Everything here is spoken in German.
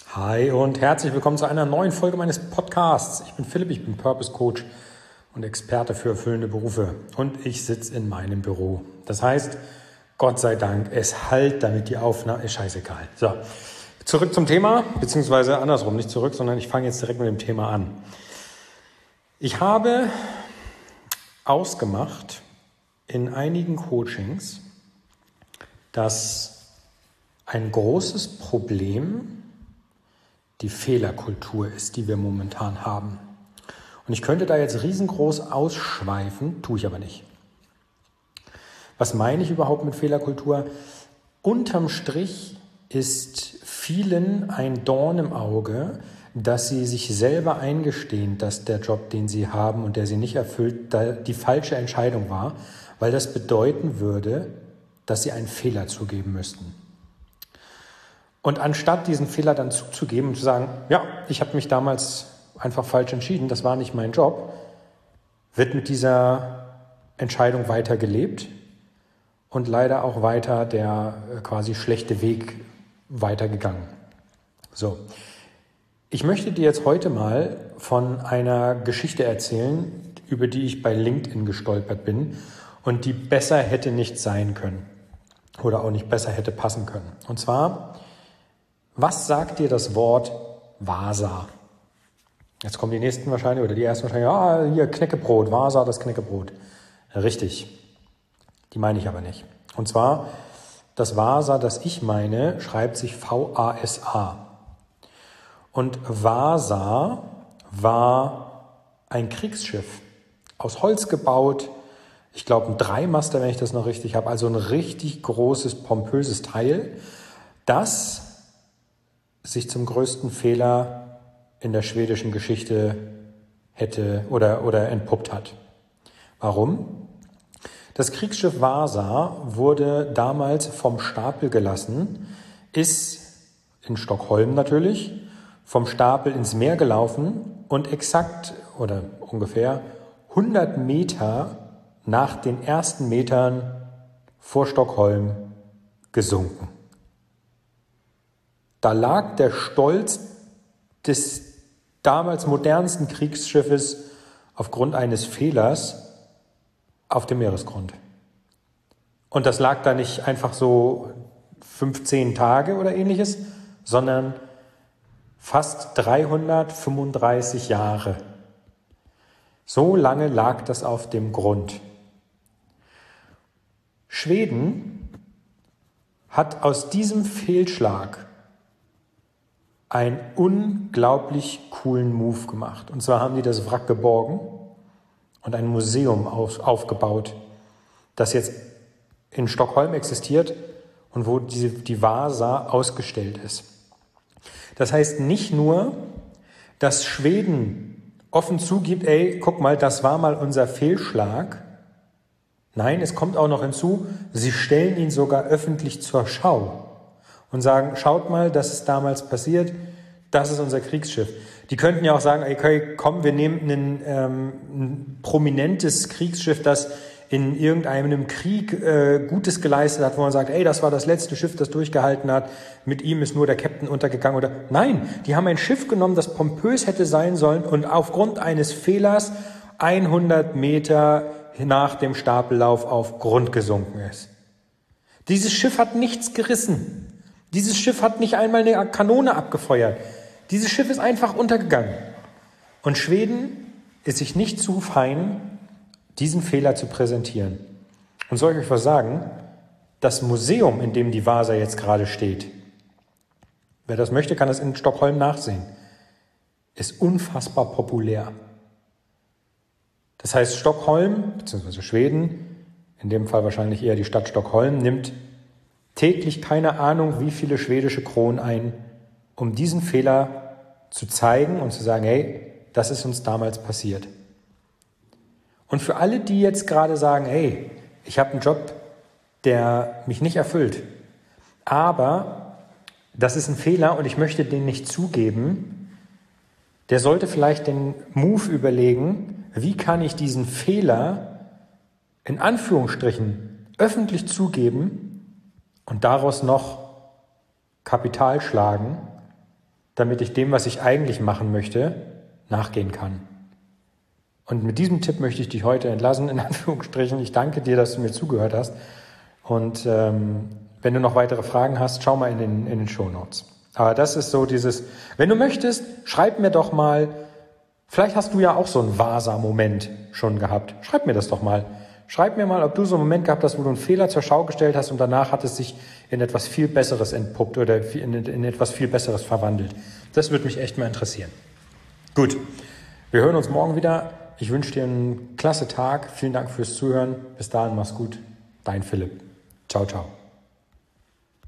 Hi und herzlich willkommen zu einer neuen Folge meines Podcasts. Ich bin Philipp, ich bin Purpose Coach und Experte für erfüllende Berufe und ich sitze in meinem Büro. Das heißt, Gott sei Dank, es halt, damit die Aufnahme ist scheißegal. So, zurück zum Thema, beziehungsweise andersrum, nicht zurück, sondern ich fange jetzt direkt mit dem Thema an. Ich habe ausgemacht in einigen Coachings, dass ein großes Problem die Fehlerkultur ist, die wir momentan haben. Und ich könnte da jetzt riesengroß ausschweifen, tue ich aber nicht. Was meine ich überhaupt mit Fehlerkultur? Unterm Strich ist vielen ein Dorn im Auge, dass sie sich selber eingestehen, dass der Job, den sie haben und der sie nicht erfüllt, die falsche Entscheidung war, weil das bedeuten würde, dass sie einen Fehler zugeben müssten. Und anstatt diesen Fehler dann zuzugeben und zu sagen, ja, ich habe mich damals einfach falsch entschieden, das war nicht mein Job, wird mit dieser Entscheidung weiter gelebt und leider auch weiter der quasi schlechte Weg weitergegangen. So, ich möchte dir jetzt heute mal von einer Geschichte erzählen, über die ich bei LinkedIn gestolpert bin und die besser hätte nicht sein können oder auch nicht besser hätte passen können. Und zwar: Was sagt dir das Wort Vasa? Jetzt kommen die nächsten wahrscheinlich oder die ersten wahrscheinlich, hier Knäckebrot, Vasa, das Knäckebrot. Richtig, die meine ich aber nicht. Und zwar, das Vasa, das ich meine, schreibt sich V-A-S-A. Und Vasa war ein Kriegsschiff, aus Holz gebaut, ich glaube ein Dreimaster, wenn ich das noch richtig habe, also ein richtig großes, pompöses Teil, das sich zum größten Fehler in der schwedischen Geschichte hätte oder entpuppt hat. Warum? Das Kriegsschiff Vasa wurde damals vom Stapel gelassen, ist in Stockholm natürlich, vom Stapel ins Meer gelaufen und exakt oder ungefähr 100 Meter nach den ersten Metern vor Stockholm gesunken. Da lag der Stolz des damals modernsten Kriegsschiffes aufgrund eines Fehlers auf dem Meeresgrund. Und das lag da nicht einfach so 15 Tage oder ähnliches, sondern fast 335 Jahre. So lange lag das auf dem Grund. Schweden hat aus diesem Fehlschlag einen unglaublich coolen Move gemacht. Und zwar haben die das Wrack geborgen und ein Museum aufgebaut, das jetzt in Stockholm existiert und wo die Vasa ausgestellt ist. Das heißt nicht nur, dass Schweden offen zugibt, guck mal, das war mal unser Fehlschlag. Nein, es kommt auch noch hinzu, sie stellen ihn sogar öffentlich zur Schau und sagen, schaut mal, das ist damals passiert, das ist unser Kriegsschiff. Die könnten ja auch sagen, okay, komm, wir nehmen ein prominentes Kriegsschiff, das in irgendeinem Krieg Gutes geleistet hat, wo man sagt, das war das letzte Schiff, das durchgehalten hat, mit ihm ist nur der Captain untergegangen. Oder nein, die haben ein Schiff genommen, das pompös hätte sein sollen und aufgrund eines Fehlers 100 Meter nach dem Stapellauf auf Grund gesunken ist. Dieses Schiff hat nichts gerissen. Dieses Schiff hat nicht einmal eine Kanone abgefeuert. Dieses Schiff ist einfach untergegangen. Und Schweden ist sich nicht zu fein, diesen Fehler zu präsentieren. Und soll ich euch was sagen? Das Museum, in dem die Vasa jetzt gerade steht, wer das möchte, kann das in Stockholm nachsehen, ist unfassbar populär. Das heißt, Stockholm, beziehungsweise Schweden, in dem Fall wahrscheinlich eher die Stadt Stockholm, nimmt täglich keine Ahnung, wie viele schwedische Kronen ein, um diesen Fehler zu zeigen und zu sagen, das ist uns damals passiert. Und für alle, die jetzt gerade sagen, ich habe einen Job, der mich nicht erfüllt, aber das ist ein Fehler und ich möchte den nicht zugeben, der sollte vielleicht den Move überlegen, wie kann ich diesen Fehler in Anführungsstrichen öffentlich zugeben und daraus noch Kapital schlagen damit ich dem, was ich eigentlich machen möchte, nachgehen kann. Und mit diesem Tipp möchte ich dich heute entlassen, in Anführungsstrichen. Ich danke dir, dass du mir zugehört hast. Und wenn du noch weitere Fragen hast, schau mal in den Shownotes. Aber das ist so dieses, wenn du möchtest, schreib mir doch mal, vielleicht hast du ja auch so einen Vasa-Moment schon gehabt. Schreib mir das doch mal. Schreib mir mal, ob du so einen Moment gehabt hast, wo du einen Fehler zur Schau gestellt hast und danach hat es sich in etwas viel Besseres entpuppt oder in etwas viel Besseres verwandelt. Das würde mich echt mal interessieren. Gut, wir hören uns morgen wieder. Ich wünsche dir einen klasse Tag. Vielen Dank fürs Zuhören. Bis dahin, mach's gut. Dein Philipp. Ciao, ciao.